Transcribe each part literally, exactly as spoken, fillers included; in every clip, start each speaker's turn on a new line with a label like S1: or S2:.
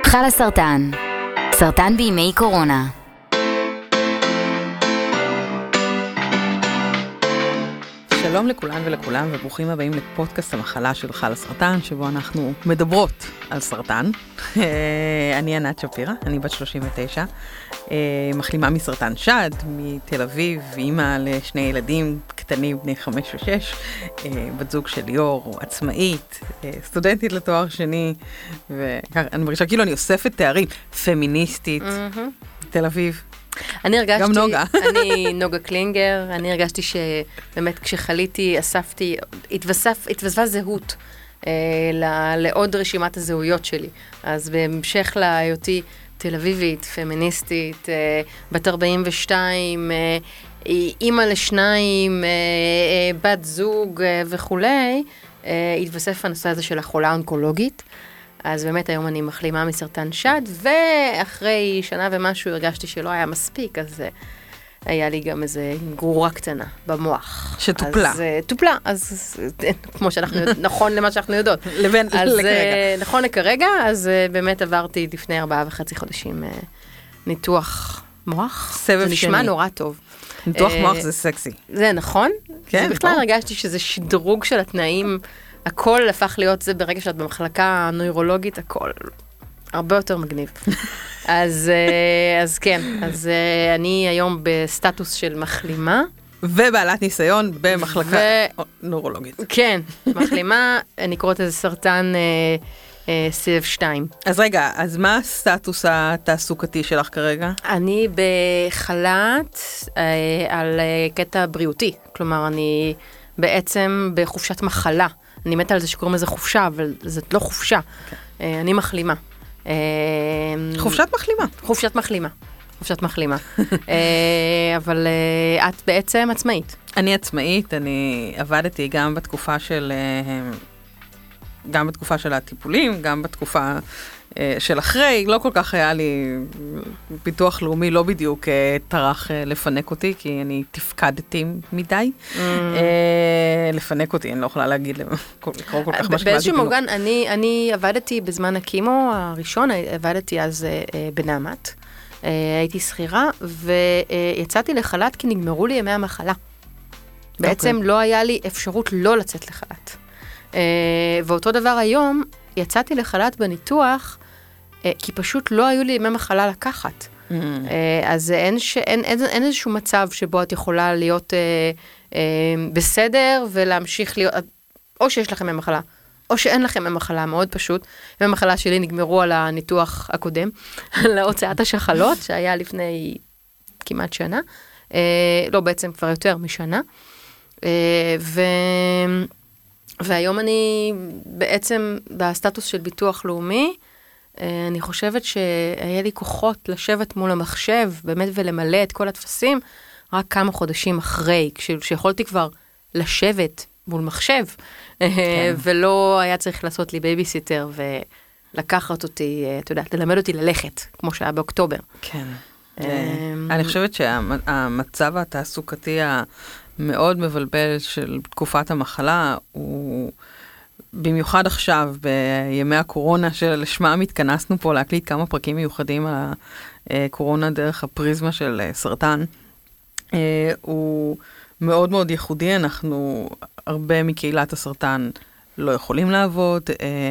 S1: חלה סרטן, סרטן בימי קורונה.
S2: שלום לכולן ולכולם וברוכים הבאים לפודקאסט המחלה של חלה סרטן, שבו אנחנו מדברות על סרטן. אני ענת שפירא, אני בת שלושים ותשע, מחלימה מסרטן שד, מתל אביב, אימא לשני ילדים קטנים בני חמש ושש, בת זוג של ליאור, עצמאית, סטודנטית לתואר שני, ואני מרגישה כאילו אני אוספת תארים, פמיניסטית, תל אביב.
S3: אני הרגשתי,
S2: גם נוגה.
S3: אני נוגה קלינגר, אני הרגשתי שבאמת כשחליתי, אספתי, התווסף, התווספה זהות אה, לעוד רשימת הזהויות שלי. אז בהמשך להיותי תל אביבית, פמיניסטית, אה, בת ארבעים ושתיים, אה, אימא לשניים, אה, אה, בת זוג אה, וכולי, אה, התווסף הנושא הזה של החולה האונקולוגית. אז באמת היום אני מחלימה מסרטן שד, ואחרי שנה ומשהו הרגשתי שלא היה מספיק, אז uh, היה לי גם איזה גרורה קטנה במוח.
S2: שטופלה.
S3: אז uh, טופלה, אז uh, כמו שאנחנו, נכון למה שאנחנו יודעות.
S2: לבין,
S3: אז,
S2: לכרגע.
S3: Uh, נכון לכרגע, אז uh, באמת עברתי לפני ארבעה וחצי חודשים uh, ניתוח מוח.
S2: סבב שני.
S3: זה נשמע נורא טוב.
S2: ניתוח
S3: uh,
S2: מוח זה סקסי.
S3: זה נכון?
S2: כן.
S3: זה בכלל הרגשתי שזה שדרוג של התנאים, הכל הפך להיות זה ברגע שאת במחלקה נוירולוגית, הכל הרבה יותר מגניב. אז, אז כן, אז אני היום בסטטוס של מחלימה.
S2: ובעלת ניסיון במחלקה
S3: ו...
S2: נוירולוגית.
S3: כן, מחלימה, אני קוראת איזה סרטן אה, אה, סבב שתיים.
S2: אז רגע, אז מה הסטטוס התעסוקתי שלך כרגע?
S3: אני בחל"ת אה, על אה, קטע בריאותי, כלומר אני בעצם בחופשת מחלה. אני מתה על זה שקוראים לזה חופשה, אבל זאת לא חופשה. Okay. אני מחלימה.
S2: חופשת מחלימה.
S3: חופשת מחלימה. חופשת מחלימה. אבל את בעצם עצמאית.
S2: אני עצמאית, אני עבדתי גם בתקופה של, גם בתקופה של הטיפולים, גם בתקופה של אחרי, לא כל כך היה לי ביטוח לאומי, לא בדיוק טרח לפנק אותי, כי אני תפקדתי מדי. לפנק אותי, אני לא יכולה להגיד, לקרוא כל כך מה שקבלתי.
S3: באיזשהו מוגן, אני עבדתי בזמן הקימו הראשון, עבדתי אז בנעמת, הייתי שכירה, ויצאתי לחל"ת כי נגמרו לי ימי המחלה. בעצם לא היה לי אפשרות לא לצאת לחל"ת. ואותו דבר היום, יצאתי לחל"ת בניתוח, כי פשוט לא היו לי ימי מחלה לקחת. Mm. אז אין, ש... אין, אין, אין איזשהו מצב שבו את יכולה להיות אה, אה, בסדר ולהמשיך להיות, או שיש לכם ימי מחלה, או שאין לכם ימי מחלה, מאוד פשוט. ימי מחלה שלי נגמרו על הניתוח הקודם, על הוצאת השחלות, שהיה לפני כמעט שנה, אה, לא בעצם כבר יותר משנה, אה, ו... והיום אני בעצם בסטטוס של ביטוח לאומי, אני חושבת שהיה לי כוחות לשבת מול המחשב, באמת ולמלא את כל התפסים, רק כמה חודשים אחרי, כשיכולתי כבר לשבת מול מחשב, כן. ולא היה צריך לעשות לי בייביסיטר ולקחת אותי, אתה יודע, ללמד אותי ללכת, כמו שהיה באוקטובר.
S2: כן. אני חושבת שהמצב התעסוקתי המאוד מבלבל של תקופת המחלה הוא במיוחד עכשיו, בימי הקורונה שלשמם התכנסנו פה להקליט כמה פרקים מיוחדים על הקורונה דרך הפריזמה של סרטן. הוא מאוד מאוד ייחודי, אנחנו הרבה מקהילת הסרטן לא יכולים לעבוד,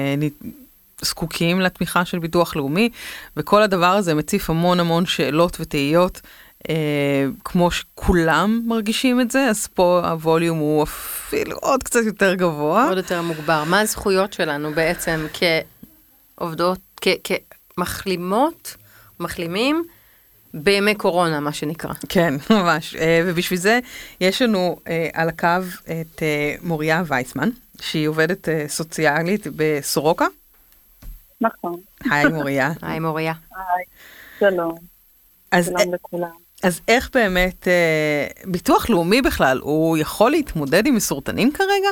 S2: זקוקים לתמיכה של ביטוח לאומי, וכל הדבר הזה מציף המון המון שאלות ותהיות, אה, כמו שכולם מרגישים את זה, אז פה הווליום הוא אפילו עוד קצת יותר גבוה.
S3: עוד יותר מוגבר. מה הזכויות שלנו בעצם כעובדות, כ- כמחלימות, מחלימים, בימי קורונה, מה שנקרא.
S2: כן, ממש. אה, ובשביל זה יש לנו אה, על הקו את אה, מוריה וייסמן, שהיא עובדת אה, סוציאלית בסורוקה.
S4: נכון.
S2: היי מוריה.
S3: היי מוריה.
S4: היי, שלום.
S2: אז,
S4: שלום לכולם.
S2: אז איך באמת, אה, ביטוח לאומי בכלל, הוא יכול להתמודד עם מסורטנים כרגע?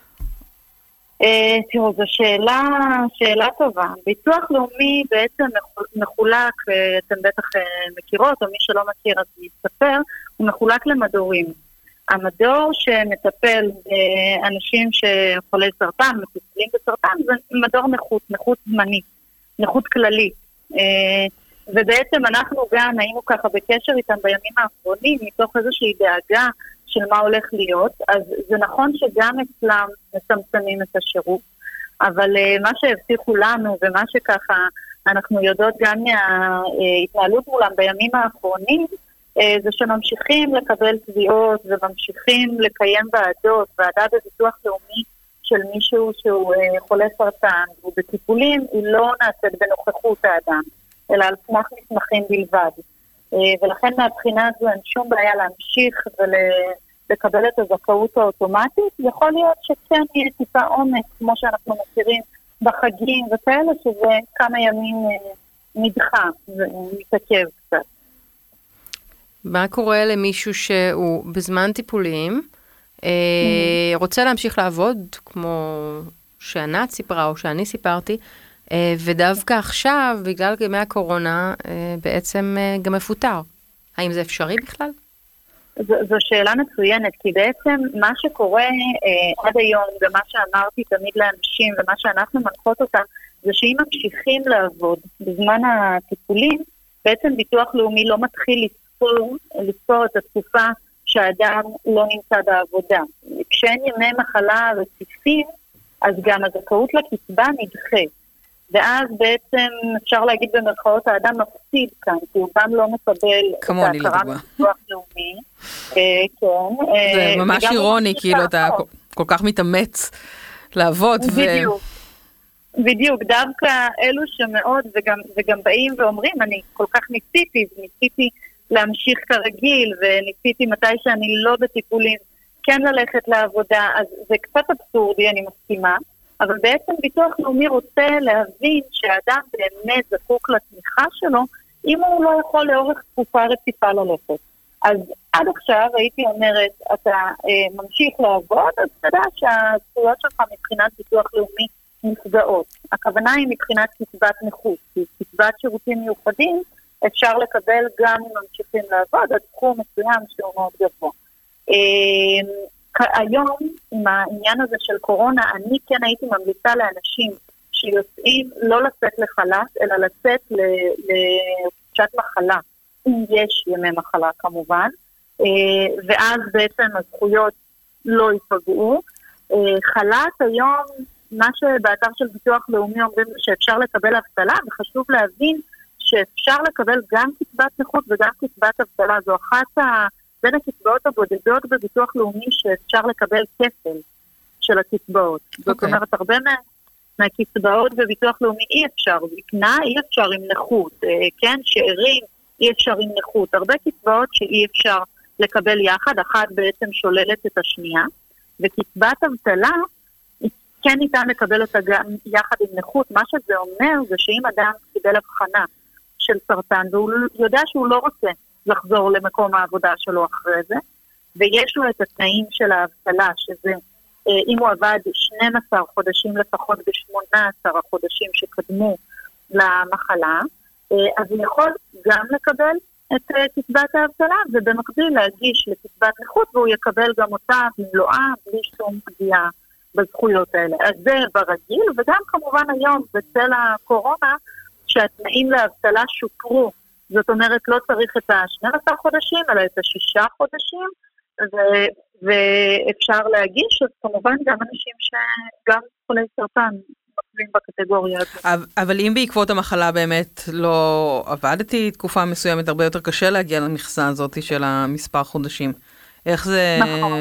S4: אה, תראו, זו שאלה, שאלה טובה. ביטוח לאומי בעצם מחולק, אתם בטח מכירות, או מי שלא מכיר אז יספר, הוא מחולק למדורים. המדור שמטפל באנשים שחולי סרטן, מטופלים בסרטן, זה מדור נכות, נכות זמנית, נכות כללית. ובעצם אנחנו גם היינו ככה בקשר איתם בימים האחרונים, מתוך איזושהי דאגה של מה הולך להיות, אז זה נכון שגם אצלם מצמצמים את השירות, אבל מה שהבטיחו לנו ומה שככה אנחנו יודעות גם מההתנהלות מולם בימים האחרונים, זה שממשיכים לקבל תביעות וממשיכים לקיים ועדות, ועדה בביטוח לאומי של מישהו שהוא חולה סרטן, ובטיפולים היא לא נעשית בנוכחות האדם, אלא על סמך מסמכים בלבד. ולכן מהבחינה הזו אין שום בעיה להמשיך ולקבל את הזכאות האוטומטית. יכול להיות שכן יהיה טיפה עומק, כמו שאנחנו מכירים בחגים וכאלה, שזה כמה ימים נדחה ומתעכב קצת.
S3: מה קורה למישהו שהוא בזמן טיפולים, רוצה להמשיך לעבוד, כמו שענת סיפרה או שאני סיפרתי, ודווקא עכשיו, בגלל ימי הקורונה, בעצם גם מפוטר. האם זה אפשרי בכלל?
S4: זו, זו שאלה מצוינת, כי בעצם מה שקורה אה, עד היום, ומה שאמרתי תמיד לאנשים, ומה שאנחנו מנחות אותם, זה שאם ממשיכים לעבוד בזמן הטיפולים, בעצם ביטוח לאומי לא מתחיל לספור, לספור את התקופה שהאדם לא נמצא בעבודה. כשאין ימי מחלה רציפים, אז גם הזכאות לקצבה נדחה. ואז בעצם אפשר להגיד במרכאות האדם מפסיד כאן, כי הוא גם לא מקבל את ההכרה מביטוח לאומי.
S2: זה ממש אירוני, כאילו אתה כל כך מתאמץ לעבוד.
S4: בדיוק, בדיוק, דווקא אלו שמאוד וגם באים ואומרים, אני כל כך ניסיתי, וניסיתי להמשיך כרגיל, וניסיתי מתי שאני לא בטיפולים, כן ללכת לעבודה, אז זה קצת אבסורדי, אני מסכימה. אבל בעצם ביטוח לאומי רוצה להבין שהאדם באמת זקוק לתמיכה שלו, אם הוא לא יכול לאורך תקופה רציפה ללכת. אז עד עכשיו הייתי אומרת, אתה אה, ממשיך לעבוד, אז אתה יודע שהזכויות שלך מבחינת ביטוח לאומי נפגעות. הכוונה היא מבחינת קצבת נכות, כי קצבת שירותים מיוחדים אפשר לקבל גם אם ממשיכים לעבוד, עד סכום מסוים שהוא מאוד גבוה. אה, היום, עם העניין הזה של קורונה, אני כן הייתי ממליצה לאנשים שיוצאים לא לצאת לחל"ת, אלא לצאת לחופשת מחלה, אם יש ימי מחלה כמובן, ואז בעצם הזכויות לא ייפגעו. חל"ת היום, מה שבאתר של ביטוח לאומי אומרים שאפשר לקבל אבטלה, וחשוב להבין שאפשר לקבל גם קצבת נכות וגם קצבת אבטלה, זו אחת ה... בין הקצבאות הבודדות בביטוח לאומי שאפשר לקבל כפל של הקצבאות. Okay. זאת אומרת, הרבה מה, מהקצבאות בביטוח לאומי אי אפשר, זקנה אי אפשר עם נכות, כן, שאירים אי אפשר עם נכות, הרבה קצבאות שאי אפשר לקבל יחד, אחת בעצם שוללת את השנייה, וקצבת אבטלה כן ניתן לקבל אותה גם יחד עם נכות. מה שזה אומר זה שאם אדם קיבל הבחנה של סרטן, והוא יודע שהוא לא רוצה לחזור למקום העבודה שלו אחרי זה, ויש לו את התנאים של האבטלה, שזה אם הוא עבד שנים עשר חודשים לפחות ב-שמונה עשר החודשים שקדמו למחלה, אז הוא יכול גם לקבל את קצבת האבטלה, ובמקביל להגיש לקצבת נכות, והוא יקבל גם אותה במלואה, בלי שום פגיעה בזכויות האלה. אז זה ברגיל, וגם כמובן היום בצל הקורונה, שהתנאים לאבטלה שופרו, זאת אומרת, לא צריך את ה-שנים עשר חודשים, אלא את ה-שישה חודשים, ו- ואפשר להגיש, אז כמובן גם אנשים שגם חולי סרטן מפלים בקטגוריה הזאת.
S2: אבל אם בעקבות המחלה באמת לא עבדתי תקופה מסוימת, הרבה יותר קשה להגיע למכסה הזאת של המספר חודשים. איך זה... נכון.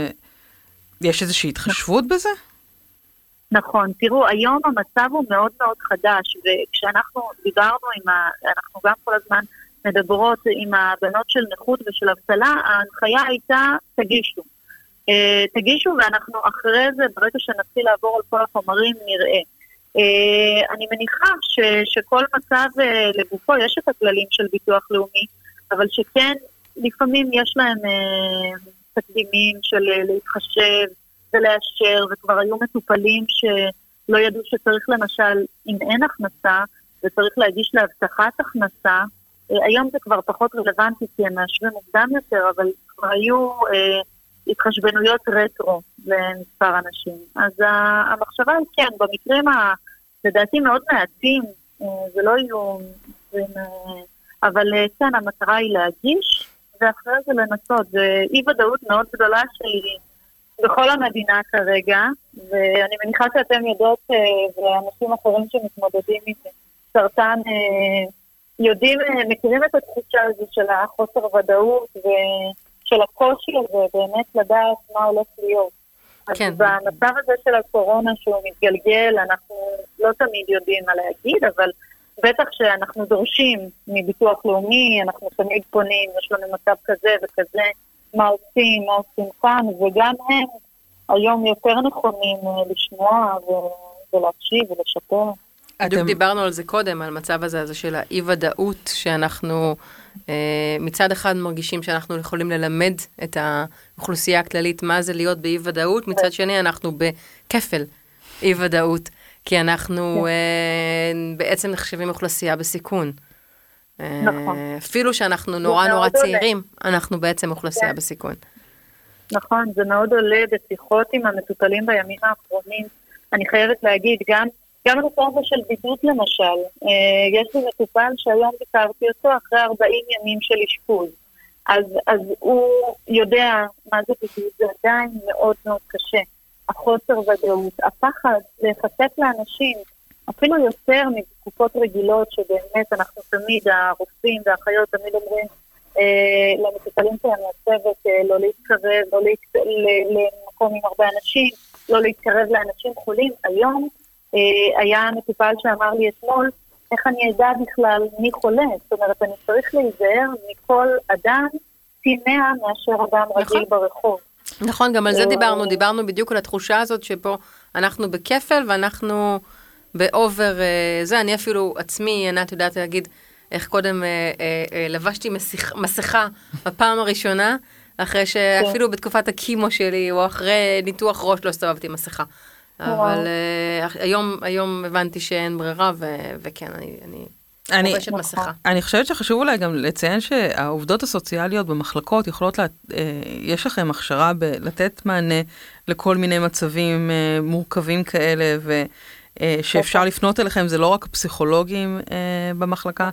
S2: יש איזושהי התחשבות בזה?
S4: נכון, תראו, היום המצב הוא מאוד מאוד חדש, וכשאנחנו דיברנו עם ה... אנחנו גם כל הזמן מדברות עם הבנות של נכות ושל אבטלה, ההנחיה הייתה, תגישו. Uh, תגישו, ואנחנו אחרי זה, ברגע שנתחיל לעבור על כל החומרים, נראה. Uh, אני מניחה ש, שכל מצב uh, לגופו, יש את הכללים של ביטוח לאומי, אבל שכן, לפעמים יש להם uh, תקדימים של uh, להתחשב ולאשר, וכבר היו מטופלים שלא ידעו שצריך למשל, אם אין הכנסה, וצריך להגיש להבטחת הכנסה, היום זה כבר פחות רלוונטי, כי הם מאשרים מוקדם יותר, אבל כבר היו אה, התחשבנויות רטרו למספר אנשים. אז המחשבה היא כן, במקרים ה, לדעתי מאוד מעטים, אה, זה לא יהיו אבל כן, המטרה היא להגיש, ואחרי זה לנסות. זה אי ודאות מאוד גדולה שהיא בכל המדינה כרגע, ואני מניחה שאתם יודעות, ואנשים אחרים שמתמודדים עם סרטן, יודעים, מכירים את התחושה הזו של החוסר ודאות, ושל הקושי הזה, באמת לדעת מה הולך להיות. כן. אז במצב הזה של הקורונה שהוא מתגלגל, אנחנו לא תמיד יודעים מה להגיד, אבל בטח שאנחנו דורשים מביטוח לאומי, אנחנו תמיד פונים, יש לנו מצב כזה וכזה, מה עושים, מה עושים כאן, וגם הם היום יותר נכונים לשמוע ולהקשיב ולשפר.
S3: בדיוק דיברנו על זה קודם, על מצב הזה, הזה של האי-ודאות, שאנחנו אה, מצד אחד מרגישים שאנחנו יכולים ללמד את האוכלוסייה הכללית מה זה להיות באי-ודאות, מצד שני אנחנו בכפל אי-ודאות, כי אנחנו אה, בעצם נחשבים אוכלוסייה בסיכון.
S4: נכון.
S3: אה, אפילו שאנחנו נורא נורא צעירים, אנחנו בעצם אוכלוסייה כן. בסיכון.
S4: נכון, זה מאוד עולה בשיחות עם המטופלים בימים האחרונים. אני חייבת להגיד, גם גם הנושא הזה של בידוד למשל, יש לי מטופל שהיום ביקרתי אותו אחרי ארבעים ימים של אשפוז. אז, אז הוא יודע מה זה בידוד, זה עדיין מאוד מאוד קשה. החוסר ודאות, הפחד להיחשף לאנשים, אפילו יותר מתקופות רגילות שבאמת אנחנו תמיד, הרופאים והאחיות תמיד אומרים אה, למטופלים שלנו הצוות, אה, לא להתקרב, לא להתקרב למקום עם הרבה אנשים, לא להתקרב לאנשים חולים. היום היה מטופל שאמר לי אתמול, איך אני אדע בכלל מי חולה? זאת אומרת, אני צריך להיזהר מכל אדם פי מאה מאשר אדם רגיל ברחוב.
S3: נכון, גם על זה דיברנו, דיברנו בדיוק על התחושה הזאת שפה אנחנו בכפל ואנחנו באובר, זה, אני אפילו עצמי, ענת יודעת להגיד, איך קודם לבשתי מסכה בפעם הראשונה, אחרי שאפילו בתקופת הקימו שלי, או אחרי ניתוח ראש לא הסתובבתי מסכה. אבל היום, היום הבנתי שאין ברירה, וכן, אני חובשת מסכה.
S2: אני חושבת שחשוב אולי גם לציין שהעובדות הסוציאליות במחלקות יכולות, יש לכם הכשרה לתת מענה לכל מיני מצבים מורכבים כאלה, ושאפשר לפנות אליכם, זה לא רק פסיכולוגים במחלקה.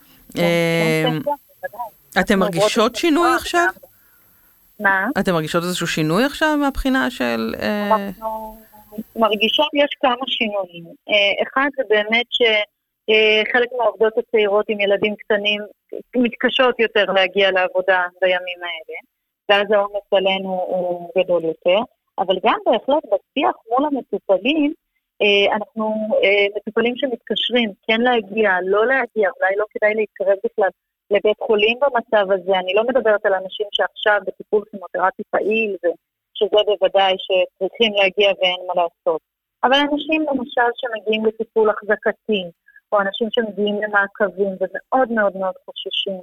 S2: אתם מרגישות שינוי עכשיו?
S4: מה?
S2: אתם מרגישות איזשהו שינוי עכשיו מהבחינה של...
S4: אנחנו מרגישות, יש כמה שינויים. אחד זה באמת שחלק מהעובדות הצעירות עם ילדים קטנים מתקשות יותר להגיע לעבודה בימים האלה, ואז העומס עלינו הוא גדול יותר, אבל גם בהחלט בשיח מול המטופלים, אנחנו מטופלים שמתקשרים, כן להגיע, לא להגיע, אולי לא כדאי להתקרב בכלל לבית חולים במצב הזה. אני לא מדברת על אנשים שעכשיו בטיפול כימותרפי פעיל, שזה בוודאי שצריכים להגיע ואין מה לעשות. אבל אנשים למשל שמגיעים לטיפול החזקתי, או אנשים שמגיעים למעקבים ומאוד מאוד מאוד חוששים.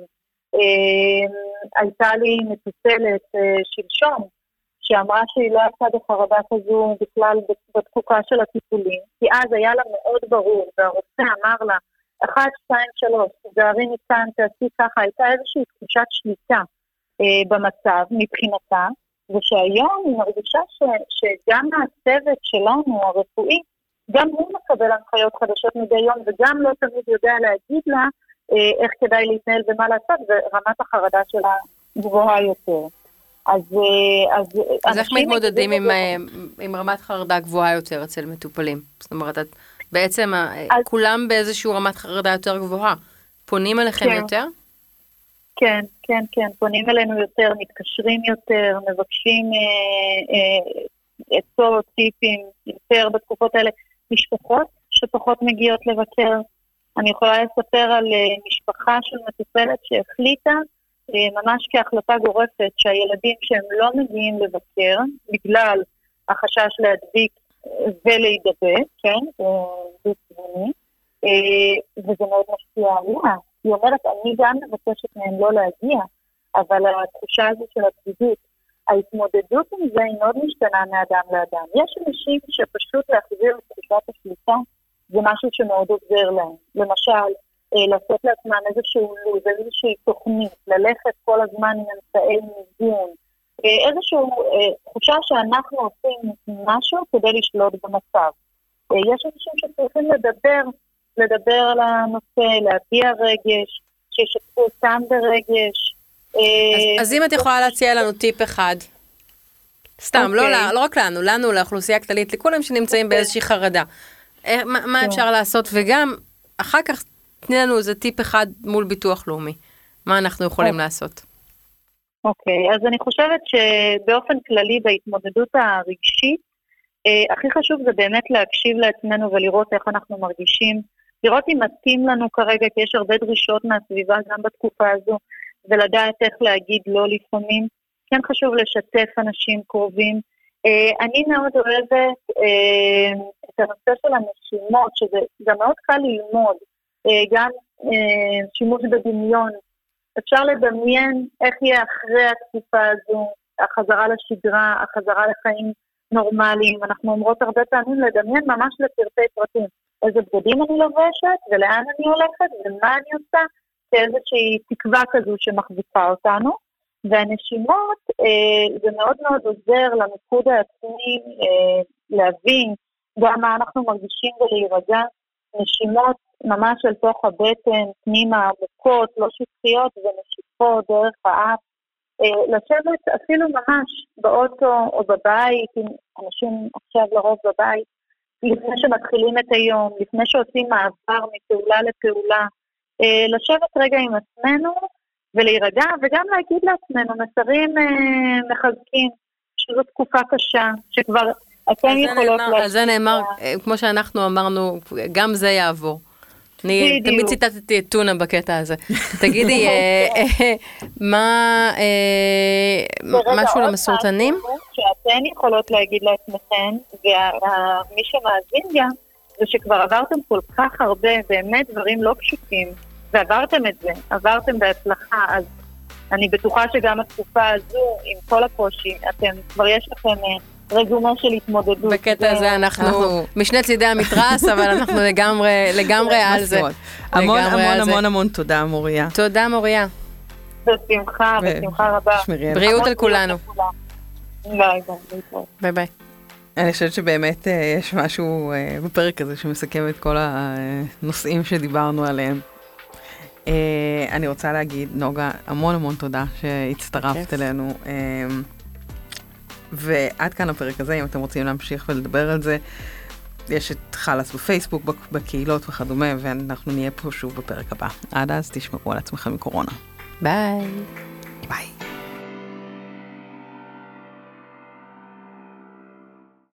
S4: הייתה לי מטופלת שלשום, שאמרה שהיא לא עשה בחרדה כזו בכלל בתקופה של הטיפולים, כי אז היה לה מאוד ברור, והרופא אמר לה, אחת, שתיים, שלוש, תזהרי מכאן, תעשי ככה, הייתה איזושהי תחושת שליטה אה, במצב מבחינתה, ושהיום היא מרגישה ש, שגם הצוות שלנו, הרפואי, גם הוא מקבל הנחיות חדשות מדי יום, וגם לא תמיד יודע להגיד לה אה, איך כדאי להתנהל ומה לעשות, ורמת החרדה שלה גבוהה יותר. אז, אז,
S3: אז איך מתמודדים עם, עם רמת חרדה גבוהה יותר אצל מטופלים? זאת אומרת, את, בעצם אז, כולם באיזשהו רמת חרדה יותר גבוהה. פונים אליכם
S4: כן,
S3: יותר?
S4: כן, כן, כן. פונים אלינו יותר, מתקשרים יותר, מבקשים עצות, אה, אה, טיפים יותר בתקופות האלה. משפחות שפחות מגיעות לבקר. אני יכולה לספר על אה, משפחה של מטופלת שהחליטה, ממש כהחלטה גורפת שהילדים שהם לא מגיעים לבקר בגלל החשש להדביק ולהידבק, כן, זה צבוני, וזה מאוד משפיע עליה. היא אומרת, אני גם מבקשת מהם לא להגיע, אבל התחושה הזו של הבדידות, ההתמודדות עם זה היא מאוד משתנה מאדם לאדם. יש אנשים שפשוט להחזיר את תחושת השליטה, זה משהו שמאוד עוזר להם. למשל, לעשות לעצמם איזשהו לוז, איזושהי תוכנית, ללכת כל הזמן עם אמצעי מיגון, איזושהי תחושה שאנחנו עושים משהו כדי לשלוט במצב. יש אנשים שצריכים לדבר לדבר על הנושא, להביע רגש, שישתפו אותם ברגש.
S3: אז, אז אם את יכולה להציע לנו טיפ אחד, סתם, לא, לא רק לנו, לנו, לאוכלוסייה הכללית, לכולם שנמצאים באיזושהי חרדה. מה, מה אפשר לעשות? וגם, אחר כך תני לנו איזה טיפ אחד מול ביטוח לאומי. מה אנחנו יכולים לעשות?
S4: אוקיי, אז אני חושבת שבאופן כללי בהתמודדות הרגשית, הכי חשוב זה באמת להקשיב לעצמנו ולראות איך אנחנו מרגישים, לראות אם מתאים לנו כרגע, כי יש הרבה דרישות מהסביבה גם בתקופה הזו, ולדעת איך להגיד לא לפעמים. כן חשוב לשתף אנשים קרובים. אני מאוד אוהבת את הנושא של הנשימות, שזה גם מאוד קל ללמוד, גם שימוש בדמיון. אפשר לדמיין איך יהיה אחרי התקופה הזו, החזרה לשגרה, החזרה לחיים נורמליים. אנחנו אומרות הרבה פעמים לדמיין ממש לפרטי פרטים. איזה בגדים אני לובשת, ולאן אני הולכת, ומה אני עושה, כאיזושהי תקווה כזו שמחזיקה אותנו. והנשימות, אה, זה מאוד מאוד עוזר למיקוד העצמי אה, להבין גם מה אנחנו מרגישים ולהירגע. נשימות ממש אל תוך הבטן, פנימה עמוקות, לא שטחיות ונשיפות דרך האף. אה, לשבת אפילו ממש באוטו או בבית, עם אנשים עכשיו לרוב בבית, לפני שמתחילים את היום, לפני שעושים מעבר מפעולה לפעולה, אה, לשבת רגע עם עצמנו, ולהירגע, וגם להגיד לעצמנו מסרים אה, מחזקים, שזו תקופה קשה, שכבר אתם יכולות...
S3: על זה נאמר, כמו שאנחנו אמרנו, גם זה יעבור. אני תמיד ציטטתי את טונה בקטע הזה. תגידי, מה, משהו למסורתנים?
S4: שאתן יכולות להגיד לעצמכם, ומי שמאזין גם, זה שכבר עברתם כל כך הרבה, באמת דברים לא פשוטים, ועברתם את זה, עברתם בהצלחה, אז אני בטוחה שגם התקופה הזו, עם כל הקושי, אתם, כבר יש לכם רזומה של התמודדות.
S3: בקטע הזה אנחנו משני צידי המתרס, אבל אנחנו לגמרי על זה.
S2: המון המון המון המון תודה, מוריה.
S3: תודה, מוריה.
S4: בשמחה, בשמחה רבה.
S3: בריאות על כולנו.
S4: ביי ביי.
S3: ביי ביי.
S2: אני חושבת שבאמת יש משהו בפרק הזה שמסכם את כל הנושאים שדיברנו עליהם. אני רוצה להגיד, נוגה, המון המון תודה שהצטרפת אלינו. ועד כאן הפרק הזה, אם אתם רוצים להמשיך ולדבר על זה, יש את חלאס בפייסבוק, בקהילות וכדומה, ואנחנו נהיה פה שוב בפרק הבא. עד אז תשמרו על עצמכם מקורונה.
S3: ביי.